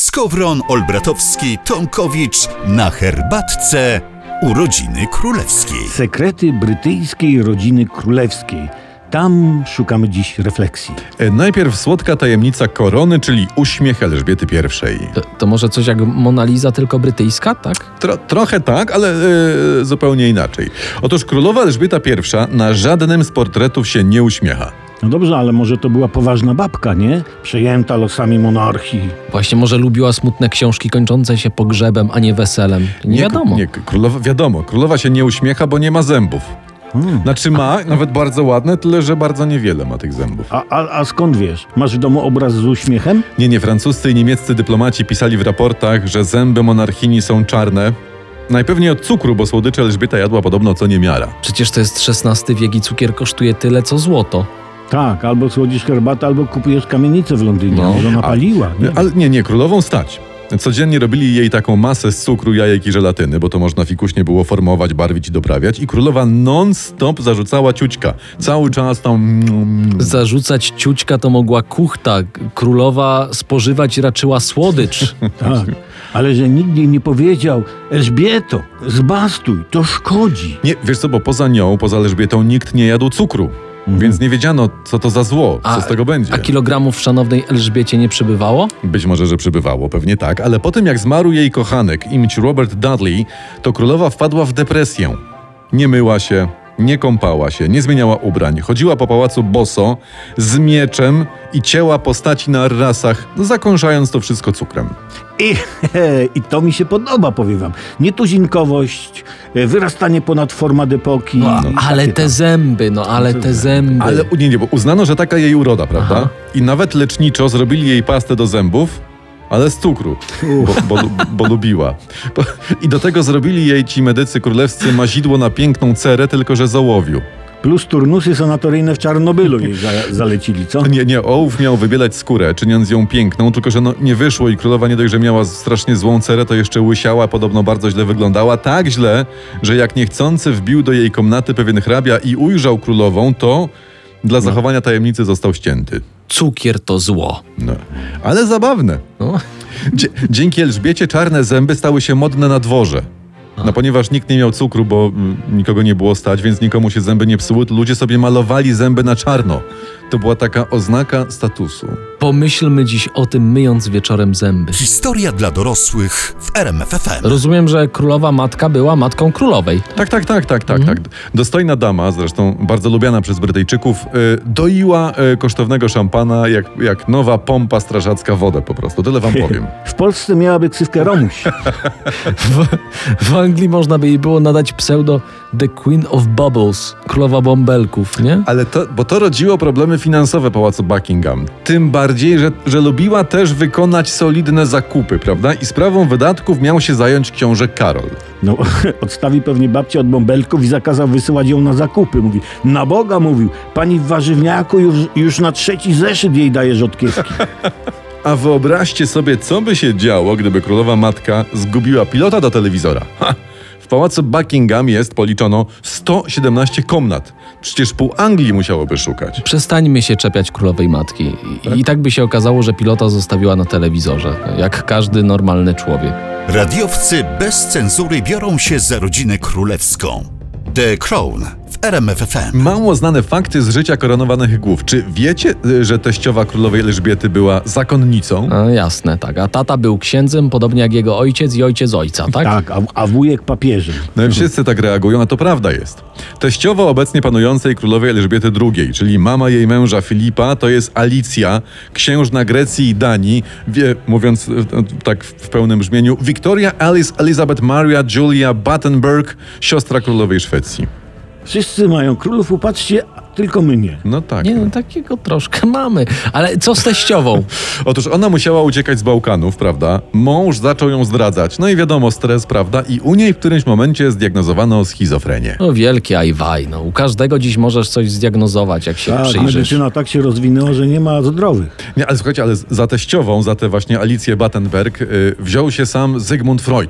Skowron, Olbratowski, Tomkowicz na herbatce urodziny królewskiej. Sekrety brytyjskiej rodziny królewskiej. Tam szukamy dziś refleksji. Najpierw słodka tajemnica korony, czyli uśmiech Elżbiety I. To może coś jak Mona Lisa, tylko brytyjska, tak? Trochę tak, ale zupełnie inaczej. Otóż królowa Elżbieta I na żadnym z portretów się nie uśmiecha. No dobrze, ale może to była poważna babka, nie? Przejęta losami monarchii. Właśnie może lubiła smutne książki kończące się pogrzebem, a nie weselem. Nie wiadomo. Królowa się nie uśmiecha, bo nie ma zębów. Znaczy ma, nawet bardzo ładne, tyle że bardzo niewiele ma tych zębów. A skąd wiesz? Masz w domu obraz z uśmiechem? Nie, francuscy i niemieccy dyplomaci pisali w raportach, że zęby monarchini są czarne. Najpewniej od cukru, bo słodycze Elżbieta jadła podobno co niemiara. Przecież to jest XVI wiek i cukier kosztuje tyle, co złoto. Tak, albo słodzisz herbatę, albo kupujesz kamienicę w Londynie. Może ona paliła. Nie? Ale nie, królową stać. Codziennie robili jej taką masę z cukru, jajek i żelatyny, bo to można fikuśnie było formować, barwić i doprawiać. I królowa non-stop zarzucała ciućka. Cały czas tam... Zarzucać ciućka to mogła kuchta. Królowa spożywać raczyła słodycz. Tak, ale że nikt jej nie powiedział: Elżbieto, zbastuj, to szkodzi. Nie, wiesz co, bo poza nią, poza Elżbietą nikt nie jadł cukru. Więc nie wiedziano, co to za zło, co z tego będzie. A kilogramów szanownej Elżbiecie nie przybywało? Być może, że przybywało, pewnie tak, ale po tym jak zmarł jej kochanek, imć Robert Dudley, to królowa wpadła w depresję. Nie myła się, nie kąpała się, nie zmieniała ubrań, chodziła po pałacu boso, z mieczem i cięła postaci na arrasach, zakąszając to wszystko cukrem. I to mi się podoba, powiem wam. Nietuzinkowość, wyrastanie ponad format epoki. Ale te zęby, te zęby. Ale nie, bo uznano, że taka jej uroda, prawda? Aha. I nawet leczniczo zrobili jej pastę do zębów, ale z cukru, bo lubiła. I do tego zrobili jej ci medycy królewscy mazidło na piękną cerę, tylko że z ołowiu. Plus turnusy sanatoryjne w Czarnobylu jej zalecili, co? Nie, ołów miał wybielać skórę, czyniąc ją piękną, tylko że nie wyszło i królowa nie dość, że miała strasznie złą cerę, to jeszcze łysiała, podobno bardzo źle wyglądała. Tak źle, że jak niechcący wbił do jej komnaty pewien hrabia i ujrzał królową, to dla zachowania tajemnicy został ścięty. Cukier to zło. Ale zabawne. Dzięki Elżbiecie czarne zęby stały się modne na dworze. Ponieważ nikt nie miał cukru, bo nikogo nie było stać, więc nikomu się zęby nie psuły, to ludzie sobie malowali zęby na czarno. To była taka oznaka statusu. Pomyślmy dziś o tym, myjąc wieczorem zęby. Historia dla dorosłych w RMF FM. Rozumiem, że królowa matka była matką królowej. Tak. Dostojna dama, zresztą bardzo lubiana przez Brytyjczyków, doiła kosztownego szampana jak nowa pompa strażacka wodę po prostu. Tyle wam powiem. W Polsce miałaby ksywkę Romuś. W Anglii można by jej było nadać pseudo The Queen of Bubbles, królowa bąbelków, nie? Ale bo to rodziło problemy finansowe pałacu Buckingham. Tym bardziej, że lubiła też wykonać solidne zakupy, prawda? I sprawą wydatków miał się zająć książę Karol. Odstawi pewnie babcię od bąbelków i zakazał wysyłać ją na zakupy. Mówi: na Boga, mówił, pani w warzywniaku już na 3. zeszyt jej daje rzodkiewki. A wyobraźcie sobie, co by się działo, gdyby królowa matka zgubiła pilota do telewizora. W pałacu Buckingham policzono 117 komnat. Przecież pół Anglii musiałoby szukać. Przestańmy się czepiać królowej matki. I tak by się okazało, że pilota zostawiła na telewizorze, jak każdy normalny człowiek. Radiowcy bez cenzury biorą się za rodzinę królewską. The Crown w RMF FM. Mało znane fakty z życia koronowanych głów. Czy wiecie, że teściowa królowej Elżbiety była zakonnicą? Jasne, tak. A tata był księdzem, podobnie jak jego ojciec i ojciec ojca, tak? Tak, a wujek papieżem. Wszyscy tak reagują, a to prawda jest. Teściowa obecnie panującej królowej Elżbiety II, czyli mama jej męża Filipa, to jest Alicja, księżna Grecji i Danii, mówiąc tak w pełnym brzmieniu, Victoria Alice Elizabeth Maria Julia Battenberg, siostra królowej Szwecji. Wszyscy mają królów, upatrzcie, tylko my nie. No tak. Takiego troszkę mamy. Ale co z teściową? Otóż ona musiała uciekać z Bałkanów, prawda? Mąż zaczął ją zdradzać. No i wiadomo, stres, prawda? I u niej w którymś momencie zdiagnozowano schizofrenię. Wielkie ajwaj. U każdego dziś możesz coś zdiagnozować, jak się przyjrzysz. Medycyna tak się rozwinęła, że nie ma zdrowych. Nie, ale słuchajcie, za teściową, za tę właśnie Alicję Battenberg wziął się sam Zygmunt Freud.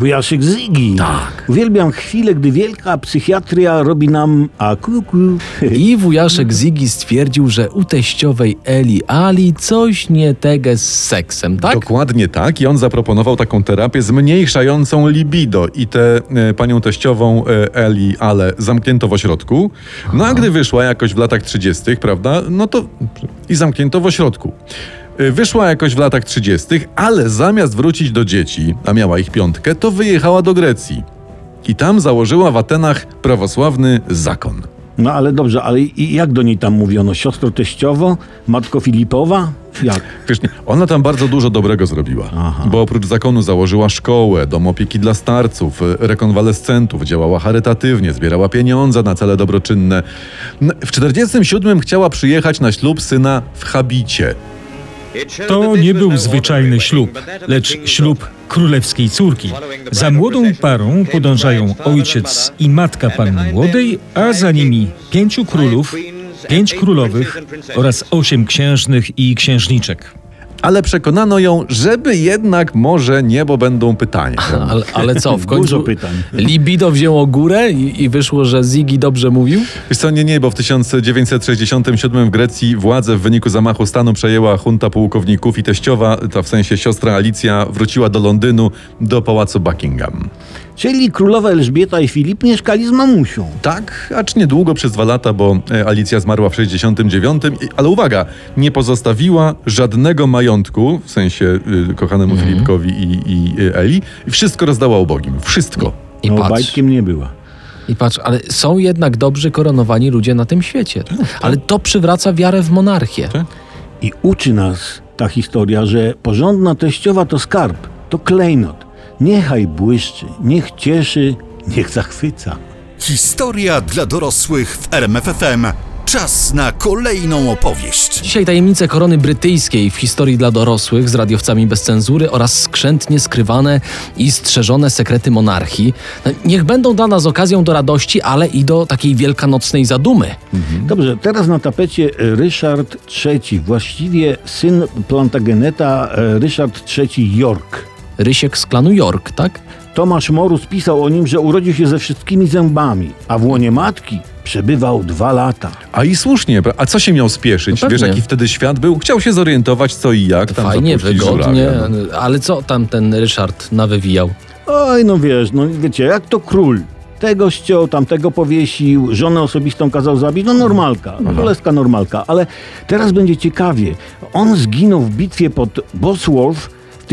Wujaszek Ziggy. Tak. Uwielbiam chwilę, gdy wielka psychiatria robi nam akuku. I wujaszek Ziggy stwierdził, że u teściowej Eli Ali coś nie tego z seksem, tak? Dokładnie tak. I on zaproponował taką terapię zmniejszającą libido. I tę panią teściową Eli Ale zamknięto w ośrodku. No a gdy wyszła jakoś w latach 30., prawda, no to i zamknięto w ośrodku. Wyszła jakoś w latach 30., ale zamiast wrócić do dzieci, a miała ich 5, to wyjechała do Grecji. I tam założyła w Atenach prawosławny zakon. No ale dobrze, ale i jak do niej tam mówiono? Siostro teściowo? Matko Filipowa? Jak? Wiesz, nie, ona tam bardzo dużo dobrego zrobiła, bo oprócz zakonu założyła szkołę, dom opieki dla starców, rekonwalescentów, działała charytatywnie, zbierała pieniądze na cele dobroczynne. No, w 47 chciała przyjechać na ślub syna w habicie. To nie był zwyczajny ślub, lecz ślub królewskiej córki. Za młodą parą podążają ojciec i matka panny młodej, a za nimi 5 królów, 5 królowych oraz 8 księżnych i księżniczek. Ale przekonano ją, żeby jednak może nie, bo będą pytania. Ale co, w końcu Dużo pytań. libido wzięło górę i wyszło, że Ziggy dobrze mówił? Wiesz co, nie, bo w 1967 w Grecji władzę w wyniku zamachu stanu przejęła junta pułkowników i teściowa, to w sensie siostra Alicja, wróciła do Londynu, do pałacu Buckingham. Czyli królowa Elżbieta i Filip mieszkali z mamusią. Tak, acz niedługo, przez 2 lata, bo Alicja zmarła w 69, ale uwaga, nie pozostawiła żadnego majątku, w sensie kochanemu Filipkowi i Eli, i wszystko rozdała ubogim. Wszystko. I No, patrz, bajtkiem nie była. ale są jednak dobrzy koronowani ludzie na tym świecie. Ale to przywraca wiarę w monarchię. Tak. I uczy nas ta historia, że porządna teściowa to skarb, to klejnot. Niechaj błyszczy, niech cieszy, niech zachwyca. Historia dla dorosłych w RMF FM. Czas na kolejną opowieść. Dzisiaj tajemnice korony brytyjskiej w historii dla dorosłych z radiowcami bez cenzury oraz skrzętnie skrywane i strzeżone sekrety monarchii. Niech będą dla nas okazją do radości, ale i do takiej wielkanocnej zadumy. Dobrze, teraz na tapecie Ryszard III, właściwie syn Plantageneta, Ryszard III York. Rysiek z klanu York, tak? Tomasz Morus pisał o nim, że urodził się ze wszystkimi zębami, a w łonie matki przebywał 2 lata. A i słusznie, a co się miał spieszyć? No Wiesz, pewnie. jaki wtedy świat był? Chciał się zorientować, co i jak. Tam Fajnie, zapuścić wygodnie, żurawia. ale co tam ten Ryszard nawywijał? Oj, no wiesz, no wiecie, jak to król. Tego ściął, tamtego powiesił, żonę osobistą kazał zabić, no normalka, królewska normalka. Ale teraz będzie ciekawie. On zginął w bitwie pod Bosworth w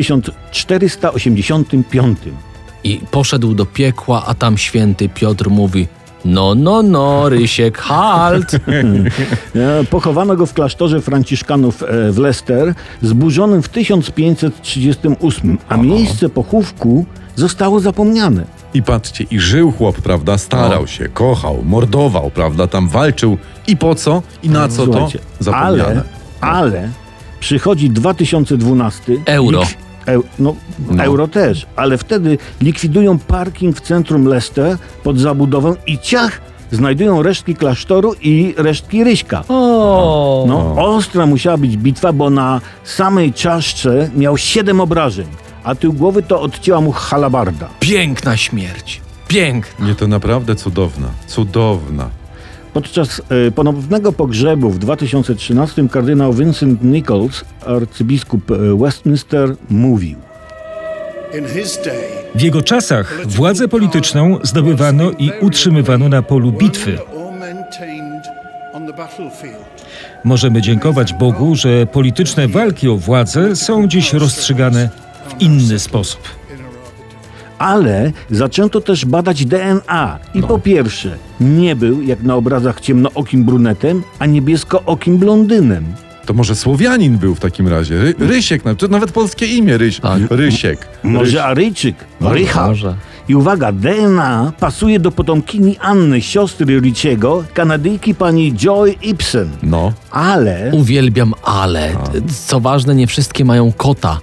1485. I poszedł do piekła, a tam święty Piotr mówi: no, Rysiek, halt! Pochowano go w klasztorze franciszkanów w Leicester, zburzonym w 1538, a miejsce pochówku zostało zapomniane. I patrzcie, i żył chłop, prawda? Starał się, kochał, mordował, prawda? Tam walczył. I po co? I na co Słuchajcie, to? Zapomniane. ale przychodzi 2012. Euro. Euro też, ale wtedy likwidują parking w centrum Leicester pod zabudową i ciach, znajdują resztki klasztoru i resztki Ryśka. O, No, ostra musiała być bitwa, bo na samej czaszce miał 7 obrażeń, a tył głowy to odcięła mu halabarda. piękna śmierć. Piękna. Nie, to naprawdę cudowna. Cudowna. Podczas ponownego pogrzebu w 2013 kardynał Vincent Nichols, arcybiskup Westminster, mówił: W jego czasach władzę polityczną zdobywano i utrzymywano na polu bitwy. Możemy dziękować Bogu, że polityczne walki o władzę są dziś rozstrzygane w inny sposób. Ale zaczęto też badać DNA i po pierwsze, nie był jak na obrazach ciemnookim brunetem, a niebieskookim blondynem. To może Słowianin był w takim razie. Rysiek, to nawet polskie imię. Rysiek. Może Aryjczyk, Rycha. Może. I uwaga, DNA pasuje do potomkini Anny, siostry Richiego, Kanadyjki pani Joy Ibsen. No. Ale Uwielbiam ale. Co ważne, nie wszystkie mają kota.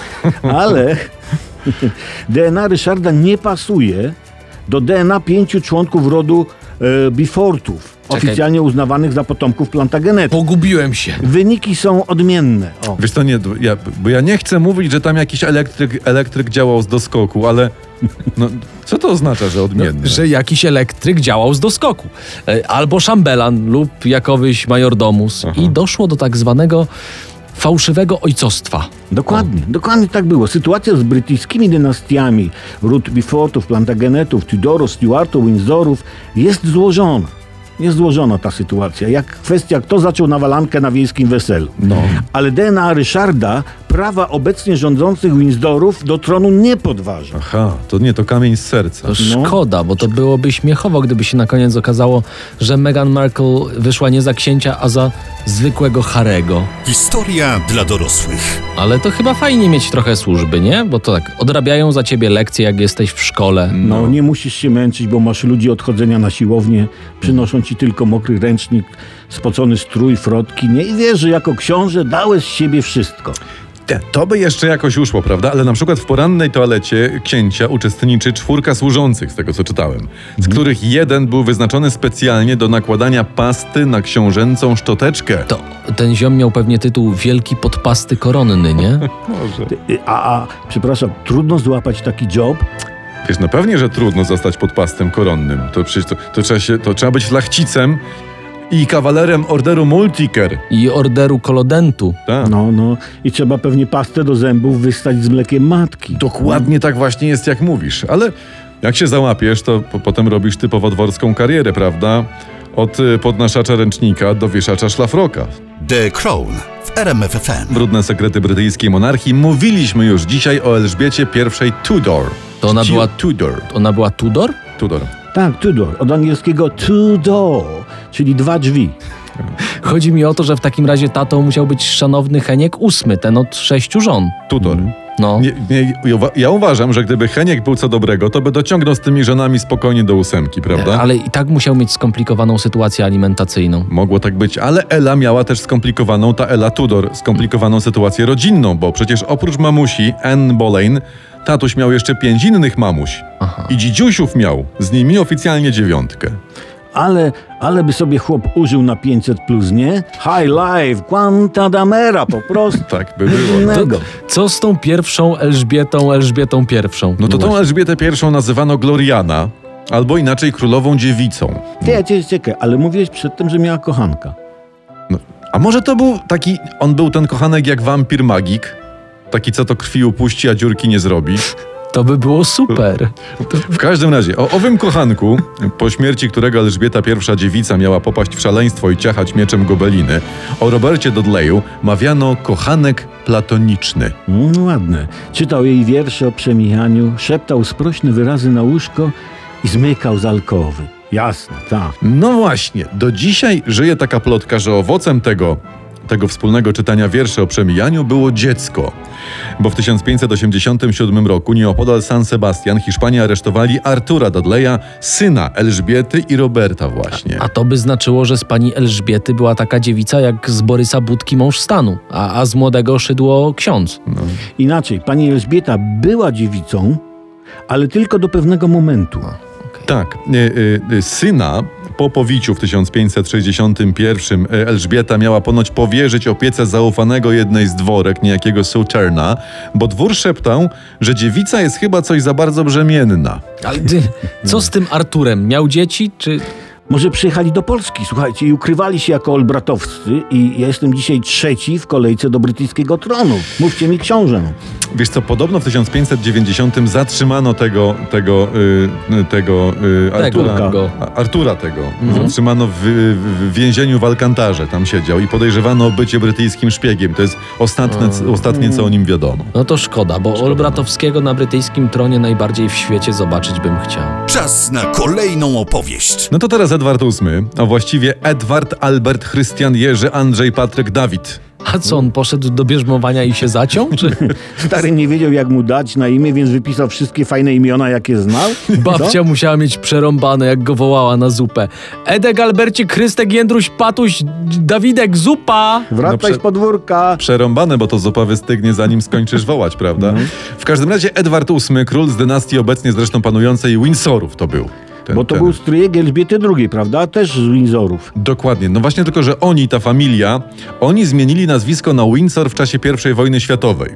DNA Ryszarda nie pasuje do DNA 5 członków rodu Beaufortów, oficjalnie uznawanych za potomków Plantageneta. Pogubiłem się. Wyniki są odmienne. O. Wiesz co, nie, bo ja nie chcę mówić, że tam jakiś elektryk działał z doskoku, ale No, co to oznacza, że odmienny? Że jakiś elektryk działał z doskoku. Albo szambelan lub jakowyś majordomus. I doszło do tak zwanego fałszywego ojcostwa. Dokładnie tak było. Sytuacja z brytyjskimi dynastiami ród Beaufortów, Plantagenetów, Tudorów, Stuartów, Windsorów jest złożona. Jest złożona ta sytuacja. Jak kwestia, kto zaczął nawalankę na wiejskim weselu. No. Ale DNA Ryszarda prawa obecnie rządzących Windsorów do tronu nie podważa. Aha, to kamień z serca. To szkoda, bo to byłoby śmiechowo, gdyby się na koniec okazało, że Meghan Markle wyszła nie za księcia, a za zwykłego Harry'ego. Historia dla dorosłych. Ale to chyba fajnie mieć trochę służby, nie? Bo to tak, odrabiają za ciebie lekcje, jak jesteś w szkole. No, nie musisz się męczyć, bo masz ludzi od chodzenia na siłownię, przynoszą ci tylko mokry ręcznik, spocony strój, frotki, nie? I wiesz, że jako książę dałeś z siebie wszystko. To by jeszcze jakoś uszło, prawda? Ale na przykład w porannej toalecie księcia uczestniczy 4 służących, z tego co czytałem, z których jeden był wyznaczony specjalnie do nakładania pasty na książęcą szczoteczkę. To ten ziom miał pewnie tytuł Wielki Podpasty Koronny, nie? Może. Przepraszam, trudno złapać taki job? Wiesz, no pewnie, że trudno zostać podpastem koronnym. To przecież to trzeba być szlachcicem i kawalerem orderu Multiker. I orderu Kolodentu. Tak. No. I trzeba pewnie pastę do zębów wystać z mlekiem matki. Dokładnie tak właśnie jest, jak mówisz. Ale jak się załapiesz, to potem robisz typowo dworską karierę, prawda? Od podnaszacza ręcznika do wieszacza szlafroka. The Crown w RMF FM. Brudne sekrety brytyjskiej monarchii. Mówiliśmy już dzisiaj o Elżbiecie I Tudor. To ona była Tudor. Ona była Tudor? Tudor. Tak, Tudor. Od angielskiego two door, czyli 2 drzwi. Chodzi mi o to, że w takim razie tatą musiał być szanowny Heniek VIII, ten od 6 żon. Tudor. No. Ja uważam, że gdyby Heniek był co dobrego, to by dociągnął z tymi żonami spokojnie do 8, prawda? Ale i tak musiał mieć skomplikowaną sytuację alimentacyjną. Mogło tak być, ale Ela miała też skomplikowaną, ta Ela Tudor, skomplikowaną sytuację rodzinną, bo przecież oprócz mamusi Anne Boleyn, tatuś miał jeszcze 5 innych mamuś. Aha. I dzidziusiów miał, z nimi oficjalnie 9. Ale by sobie chłop użył na 500 plus, nie? High life, quanta damera, po prostu. Tak by było. Innego. Co z tą pierwszą Elżbietą I? No to tą Elżbietę I nazywano Gloriana, albo inaczej królową dziewicą. Czekaj, ale mówiłeś przedtem, że miała kochanka. No, a może to był taki, on był ten kochanek jak wampir magik? Taki, co to krwi upuści, a dziurki nie zrobi? To by było super. W każdym razie, o owym kochanku, po śmierci którego Elżbieta I dziewica miała popaść w szaleństwo i ciachać mieczem gobeliny, o Robercie Dudleyu mawiano kochanek platoniczny. Ładne. Czytał jej wiersze o przemijaniu, szeptał sprośne wyrazy na łóżko i zmykał z alkowy. Jasne, tak. No właśnie, do dzisiaj żyje taka plotka, że owocem tego wspólnego czytania wierszy o przemijaniu było dziecko. Bo w 1587 roku nieopodal San Sebastian Hiszpanie aresztowali Artura Dudleya, syna Elżbiety i Roberta właśnie. A to by znaczyło, że z pani Elżbiety była taka dziewica jak z Borysa Budki mąż stanu, a z młodego Szydło ksiądz. Inaczej, pani Elżbieta była dziewicą, ale tylko do pewnego momentu. Tak, syna po powiciu w 1561 Elżbieta miała ponoć powierzyć opiece zaufanego jednej z dworek, niejakiego Sauterna, bo dwór szeptał, że dziewica jest chyba coś za bardzo brzemienna. Ale co z tym Arturem? Miał dzieci, czy... Może przyjechali do Polski, słuchajcie, i ukrywali się jako olbratowscy i ja jestem dzisiaj 3 w kolejce do brytyjskiego tronu. Mówcie mi, książę. Wiesz co, podobno w 1590 zatrzymano Artura tego. Zatrzymano w więzieniu w Alcantarze, tam siedział i podejrzewano o bycie brytyjskim szpiegiem. To jest ostatnie, co o nim wiadomo. No to szkoda, bo Olbratowskiego na brytyjskim tronie najbardziej w świecie zobaczyć bym chciał. Czas na kolejną opowieść. No to teraz Edward VIII, a właściwie Edward Albert Chrystian Jerzy Andrzej Patryk Dawid. A co, on poszedł do bierzmowania i się zaciął, czy... Stary nie wiedział, jak mu dać na imię, więc wypisał wszystkie fajne imiona, jakie znał. Babcia musiała mieć przerąbane, jak go wołała na zupę. Edek, Albercik, Chrystek, Jędruś, Patuś, Dawidek, zupa! Wracaj z podwórka. Przerąbane, bo to zupa wystygnie, zanim skończysz wołać, prawda? W każdym razie Edward VIII, król z dynastii obecnie zresztą panującej Windsorów to był. Bo to był stryjek Elżbiety II, prawda? Też z Windsorów. Dokładnie. No właśnie tylko, że ta familia, oni zmienili nazwisko na Windsor w czasie I wojny światowej.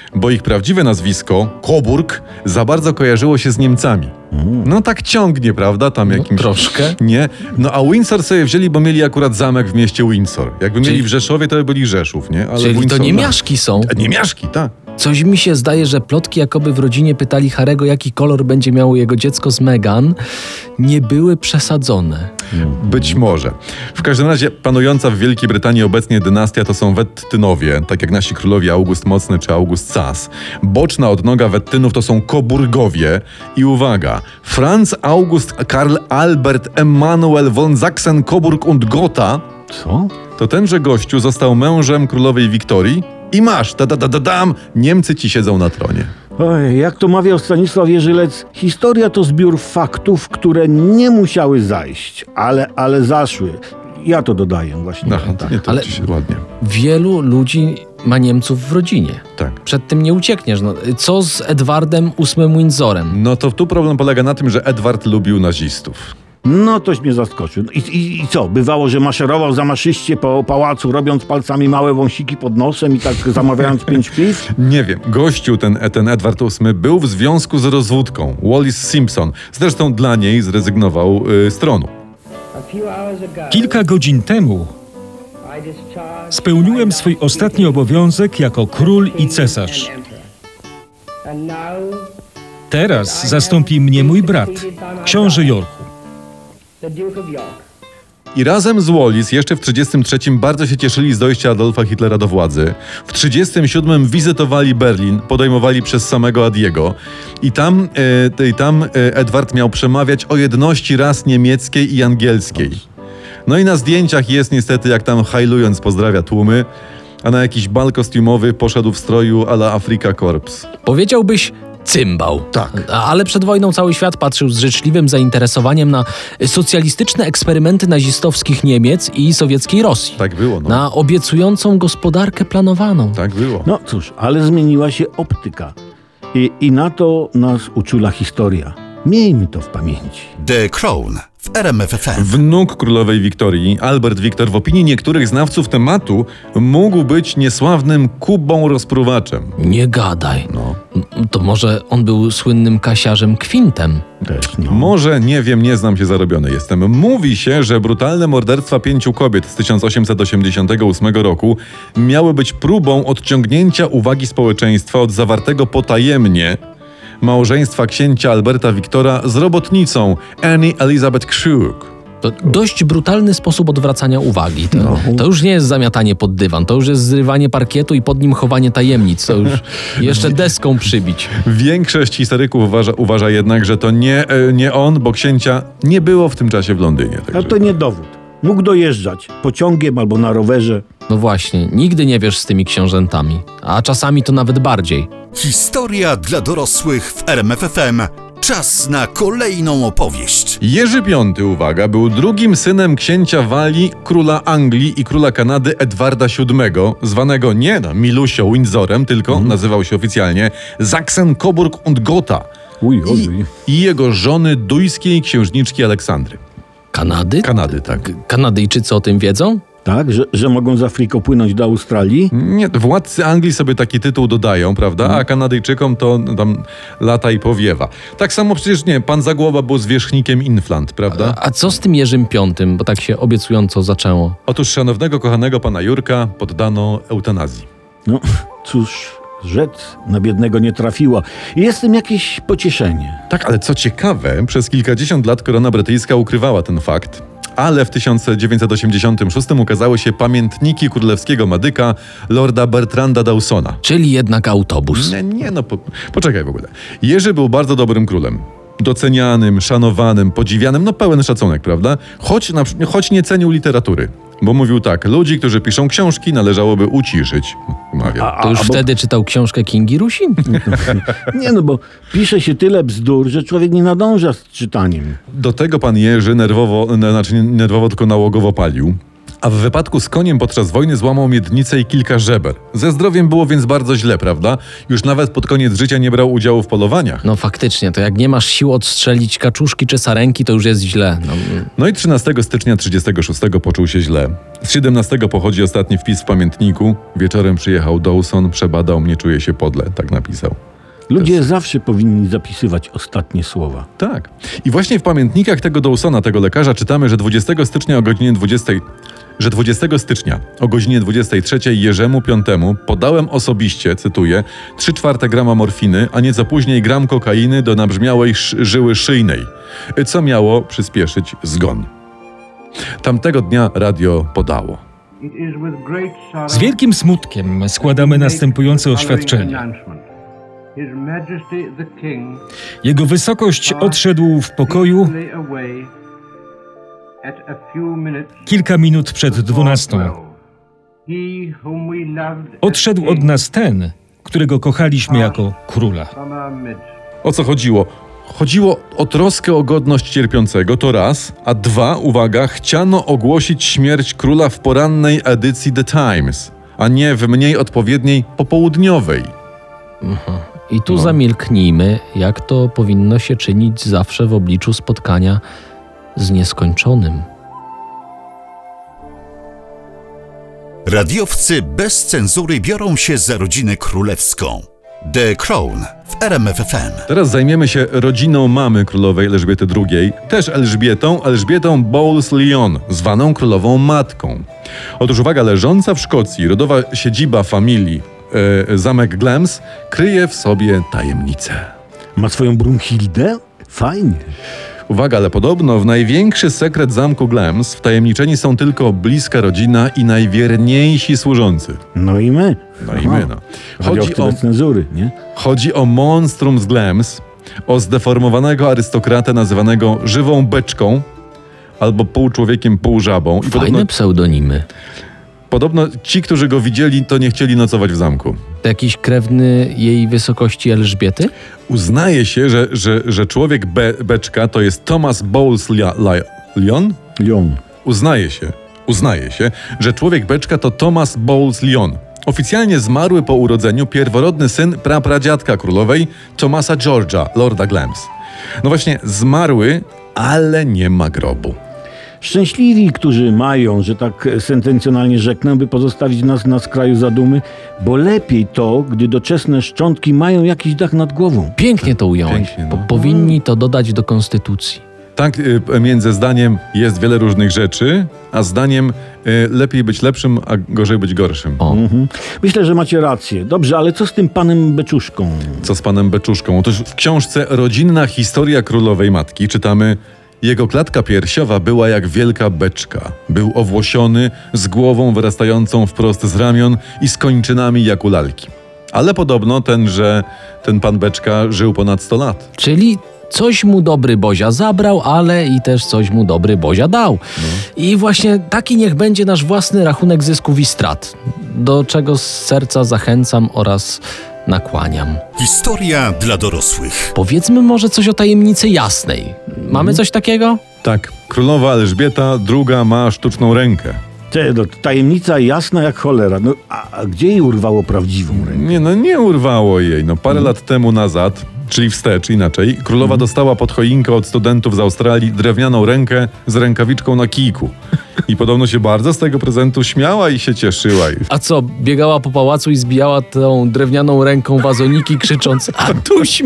bo ich prawdziwe nazwisko, Coburg, za bardzo kojarzyło się z Niemcami. No tak ciągnie, prawda? Tam jakimś... troszkę. Nie. No a Windsor sobie wzięli, bo mieli akurat zamek w mieście Windsor. Jakby mieli Czyli- w Rzeszowie, to by byli Rzeszów, nie? Ale Czyli to Windsor, niemiaszki są. Niemiaszki, tak. Coś mi się zdaje, że plotki, jakoby w rodzinie pytali Harry'ego, jaki kolor będzie miało jego dziecko z Meghan, nie były przesadzone. Być może. W każdym razie panująca w Wielkiej Brytanii obecnie dynastia to są Wettynowie, tak jak nasi królowie August Mocny czy August Sas. Boczna odnoga Wettynów to są Coburgowie. I uwaga, Franz August Karl Albert Emanuel von Sachsen-Coburg und Gotha Co? to tenże gościu został mężem królowej Wiktorii i masz, dam, Niemcy ci siedzą na tronie. Oj, jak to mawiał Stanisław Jeżylec, historia to zbiór faktów, które nie musiały zajść, ale zaszły. Ja to dodaję właśnie. Aha, tak. nie, to Ale- ci się ładnie. Wielu ludzi ma Niemców w rodzinie. Tak. Przed tym nie uciekniesz. No, co z Edwardem VIII Windsorem? No to tu problem polega na tym, że Edward lubił nazistów. No toś mnie zaskoczył. I co? Bywało, że maszerował zamaszyście po pałacu, robiąc palcami małe wąsiki pod nosem i tak zamawiając 5 piw? Nie wiem, gościu ten Edward VIII był w związku z rozwódką, Wallis Simpson. Zresztą dla niej zrezygnował z tronu. Kilka godzin temu spełniłem swój ostatni obowiązek jako król i cesarz. Teraz zastąpi mnie mój brat, książę Yorku. I razem z Wallis jeszcze w 1933 bardzo się cieszyli z dojścia Adolfa Hitlera do władzy. W 1937 wizytowali Berlin, podejmowali przez samego Adiego. I tam Edward miał przemawiać o jedności ras niemieckiej i angielskiej. No i na zdjęciach jest niestety, jak tam hajlując pozdrawia tłumy, a na jakiś bal kostiumowy poszedł w stroju à la Afrika Korps. Powiedziałbyś cymbał. Tak. Ale przed wojną cały świat patrzył z życzliwym zainteresowaniem na socjalistyczne eksperymenty nazistowskich Niemiec i sowieckiej Rosji. Tak było, no. Na obiecującą gospodarkę planowaną. Tak było. No cóż, ale zmieniła się optyka. I na to nas uczula historia. Miejmy to w pamięci. The Crown w RMF FM. Wnuk królowej Wiktorii, Albert Wiktor, w opinii niektórych znawców tematu mógł być niesławnym Kubą rozpruwaczem. Nie gadaj. No. To może on był słynnym kasiarzem Kwintem. Też, no. Może, nie wiem, nie znam się, zarobiony jestem. Mówi się, że brutalne morderstwa 5 kobiet z 1888 roku miały być próbą odciągnięcia uwagi społeczeństwa od zawartego potajemnie małżeństwa księcia Alberta Wiktora z robotnicą Annie Elizabeth Kruk. To dość brutalny sposób odwracania uwagi. To już nie jest zamiatanie pod dywan, to już jest zrywanie parkietu i pod nim chowanie tajemnic. To już jeszcze deską przybić. Większość historyków uważa jednak, że to nie on, bo księcia nie było w tym czasie w Londynie. A Także... to nie dowód. Mógł dojeżdżać pociągiem albo na rowerze. No właśnie, nigdy nie wiesz z tymi książętami. A czasami to nawet bardziej. Historia dla dorosłych w RMF FM. Czas na kolejną opowieść. Jerzy V, uwaga, był drugim synem księcia Walii, króla Anglii i króla Kanady Edwarda VII, zwanego nie Milusio Windsorem, tylko nazywał się oficjalnie Sachsen-Coburg und Gotha. Uj. I jego żony dujskiej księżniczki Aleksandry. Kanady? Kanady, tak. Kanadyjczycy o tym wiedzą? Tak, że mogą z Afryką płynąć do Australii? Nie, władcy Anglii sobie taki tytuł dodają, prawda? A Kanadyjczykom to tam lata i powiewa. Tak samo przecież, nie, pan Zagłoba był zwierzchnikiem Inflant, prawda? A co z tym Jerzym V, bo tak się obiecująco zaczęło? Otóż szanownego, kochanego pana Jurka poddano eutanazji. No, cóż, rzec na biednego nie trafiło. Jest w tym jakieś pocieszenie. Tak, ale co ciekawe, przez kilkadziesiąt lat korona brytyjska ukrywała ten fakt, ale w 1986 ukazały się pamiętniki królewskiego medyka lorda Bertranda Dawsona. Czyli jednak autobus. Poczekaj w ogóle. Jerzy był bardzo dobrym królem. Docenianym, szanowanym, podziwianym, no pełen szacunek, prawda? Choć nie cenił literatury. Bo mówił tak, ludzi, którzy piszą książki, należałoby uciszyć. Mawiał. To już wtedy czytał książkę Kingi Rusin? Nie no, bo pisze się tyle bzdur, że człowiek nie nadąża z czytaniem. Do tego pan Jerzy nerwowo, tylko nałogowo palił. A w wypadku z koniem podczas wojny złamał miednicę i kilka żeber. Ze zdrowiem było więc bardzo źle, prawda? Już nawet pod koniec życia nie brał udziału w polowaniach. No faktycznie, to jak nie masz sił odstrzelić kaczuszki czy sarenki, to już jest źle. No i 13 stycznia 36 poczuł się źle. Z 17 pochodzi ostatni wpis w pamiętniku. Wieczorem przyjechał Dawson, przebadał mnie, czuje się podle, tak napisał. Ludzie zawsze powinni zapisywać ostatnie słowa. Tak. I właśnie w pamiętnikach tego Dawsona, tego lekarza, czytamy, że 20 stycznia o godzinie 23 Jerzemu V podałem osobiście, cytuję, 3/4 grama morfiny, a nieco później gram kokainy do nabrzmiałej żyły szyjnej, co miało przyspieszyć zgon. Tamtego dnia radio podało. Z wielkim smutkiem składamy następujące oświadczenie. Jego wysokość odszedł w pokoju kilka minut przed 12. Odszedł od nas ten, którego kochaliśmy jako króla. O co chodziło? Chodziło o troskę o godność cierpiącego, to raz, a dwa, uwaga, chciano ogłosić śmierć króla w porannej edycji The Times, a nie w mniej odpowiedniej popołudniowej. I tu zamilknijmy, jak to powinno się czynić zawsze w obliczu spotkania z nieskończonym. Radiowcy bez cenzury biorą się za rodzinę królewską. The Crown w RMF FM. Teraz zajmiemy się rodziną mamy królowej Elżbiety II, też Elżbietą Bowles-Lyon, zwaną królową matką. Otóż uwaga, leżąca w Szkocji rodowa siedziba familii zamek Glems kryje w sobie tajemnicę. Ma swoją Brunhildę? Fajnie. Uwaga, ale podobno w największy sekret zamku Glems wtajemniczeni są tylko bliska rodzina i najwierniejsi służący. No i my. Chodzi o cenzury, nie? Chodzi o monstrum z Glems, o zdeformowanego arystokratę nazywanego żywą beczką albo pół człowiekiem, pół żabą. I Fajne pseudonimy. Podobno ci, którzy go widzieli, to nie chcieli nocować w zamku. To jakiś krewny jej wysokości Elżbiety? Uznaje się, że człowiek beczka to jest Thomas Bowles-Lyon? Lyon. Uznaje się, że człowiek beczka to Thomas Bowles-Lyon. Oficjalnie zmarły po urodzeniu pierworodny syn prapradziadka królowej Thomasa George'a, lorda Glems. No właśnie, zmarły, ale nie ma grobu. Szczęśliwi, którzy mają, że tak sentencjonalnie rzeknę, by pozostawić nas na skraju zadumy, bo lepiej to, gdy doczesne szczątki mają jakiś dach nad głową. Pięknie to ująłeś. Pięknie, no. Powinni to dodać do konstytucji. Tak, między zdaniem jest wiele różnych rzeczy, a zdaniem lepiej być lepszym, a gorzej być gorszym. Myślę, że macie rację. Dobrze, ale co z tym panem Beczuszką? Co z panem Beczuszką? Otóż w książce Rodzinna historia królowej matki czytamy: jego klatka piersiowa była jak wielka beczka. Był owłosiony, z głową wyrastającą wprost z ramion i z kończynami jak u lalki. Ale podobno ten pan beczka żył ponad 100 lat. Czyli coś mu dobry Bozia zabrał, ale i też coś mu dobry Bozia dał. I właśnie taki niech będzie nasz własny rachunek zysków i strat, do czego z serca zachęcam oraz nakłaniam. Historia dla dorosłych. Powiedzmy może coś o tajemnicy jasnej. Mamy coś takiego? Tak, królowa Elżbieta II ma sztuczną rękę. Tajemnica jasna jak cholera. No, a gdzie jej urwało prawdziwą rękę? Nie urwało jej. Parę lat temu nazad, czyli wstecz inaczej, królowa dostała pod choinkę od studentów z Australii drewnianą rękę z rękawiczką na kijku. I podobno się bardzo z tego prezentu śmiała i się cieszyła. A co, biegała po pałacu i zbijała tą drewnianą ręką wazoniki, krzycząc: a tuś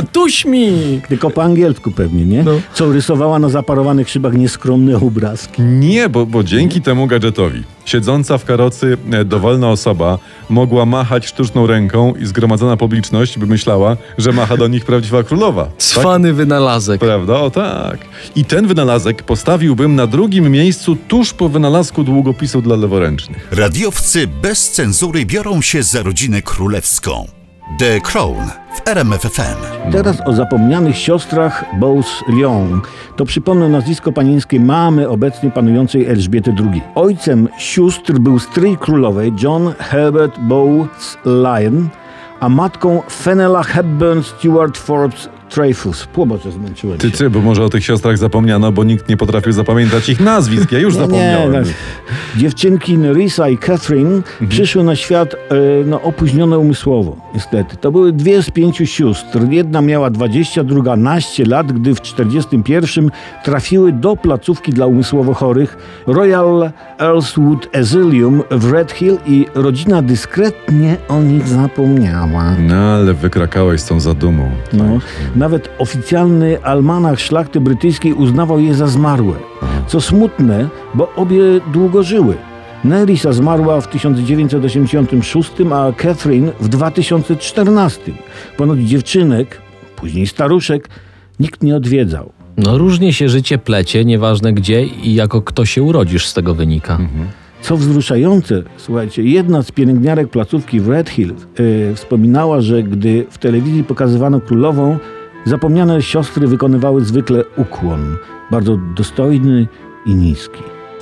mi! Tylko po angielsku pewnie, nie? No. Co, rysowała na zaparowanych szybach nieskromne obrazki. Nie, bo dzięki temu gadżetowi siedząca w karocy dowolna osoba mogła machać sztuczną ręką i zgromadzona publiczność by myślała, że macha do nich prawdziwa królowa. Cwany wynalazek. Prawda? O tak. I ten wynalazek postawiłbym na drugim miejscu tuż po wynalazku długopisu dla leworęcznych. Radiowcy bez cenzury biorą się za rodzinę królewską. The Crown w RMF FM. Teraz o zapomnianych siostrach Bowles-Lyon. To przypomnę nazwisko panieńskiej mamy obecnie panującej Elżbiety II. Ojcem sióstr był stryj królowej John Herbert Bowles-Lyon, a matką Fenella Hepburn Stewart Forbes Dreyfus. Boże, zmęczyłem się. Bo może o tych siostrach zapomniano, bo nikt nie potrafił zapamiętać ich nazwisk. Ja już zapomniałem. Dziewczynki Nerissa i Catherine przyszły na świat opóźnione umysłowo, niestety. To były 2 z 5 sióstr. Jedna miała 20, druga naście lat, gdy w 41 trafiły do placówki dla umysłowo chorych Royal Earlswood Asylum w Red Hill i rodzina dyskretnie o nich zapomniała. No, ale wykrakałeś z tą zadumą. No, nawet oficjalny almanach szlachty brytyjskiej uznawał je za zmarłe. Co smutne, bo obie długo żyły. Nerissa zmarła w 1986, a Catherine w 2014. Ponoć dziewczynek, później staruszek, nikt nie odwiedzał. No różnie się życie plecie, nieważne gdzie i jako kto się urodzisz z tego wynika. Co wzruszające, słuchajcie, jedna z pielęgniarek placówki w Red Hill wspominała, że gdy w telewizji pokazywano królową, zapomniane siostry wykonywały zwykle ukłon, bardzo dostojny i niski.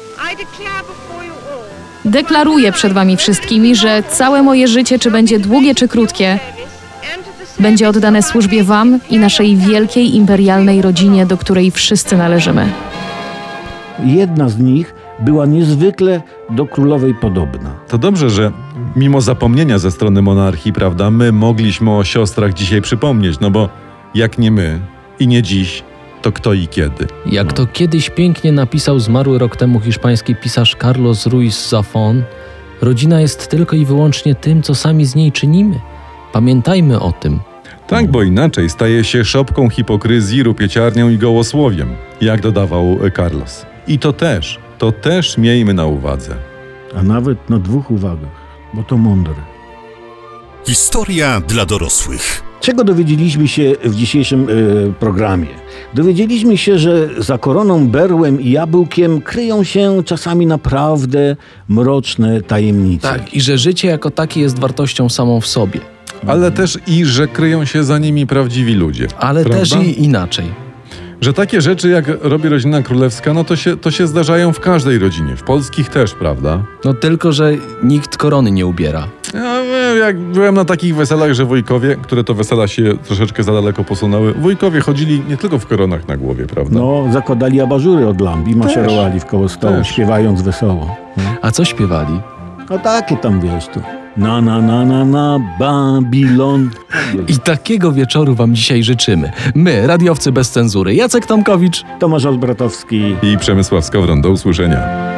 Deklaruję przed wami wszystkimi, że całe moje życie, czy będzie długie, czy krótkie, będzie oddane służbie wam i naszej wielkiej imperialnej rodzinie, do której wszyscy należymy. Jedna z nich była niezwykle do królowej podobna. To dobrze, że mimo zapomnienia ze strony monarchii, prawda, my mogliśmy o siostrach dzisiaj przypomnieć, no bo jak nie my i nie dziś, to kto i kiedy. Jak to kiedyś pięknie napisał zmarły rok temu hiszpański pisarz Carlos Ruiz Zafón, rodzina jest tylko i wyłącznie tym, co sami z niej czynimy. Pamiętajmy o tym. Tak, bo inaczej staje się szopką hipokryzji, rupieciarnią i gołosłowiem, jak dodawał Carlos. I to też miejmy na uwadze. A nawet na 2 uwagach, bo to mądre. Historia dla dorosłych. Czego dowiedzieliśmy się w dzisiejszym programie? Dowiedzieliśmy się, że za koroną, berłem i jabłkiem kryją się czasami naprawdę mroczne tajemnice. Tak, i że życie jako takie jest wartością samą w sobie. Ale też i, że kryją się za nimi prawdziwi ludzie. Ale prawda? też i inaczej. Że takie rzeczy, jak robi rodzina królewska, no to się zdarzają w każdej rodzinie. W polskich też, prawda? No tylko, że nikt korony nie ubiera. Ja, jak byłem na takich weselach, że wujkowie, które to wesela się troszeczkę za daleko posunęły, wujkowie chodzili nie tylko w koronach na głowie, prawda? No, zakładali abażury od lamp i maszerowali wkoło stołu, Też. śpiewając wesoło. A co śpiewali? A takie tam, wiesz, tu. Na, Babilon. I takiego wieczoru wam dzisiaj życzymy. My, radiowcy bez cenzury. Jacek Tomkowicz. Tomasz Olbratowski. I Przemysław Skowron. Do usłyszenia.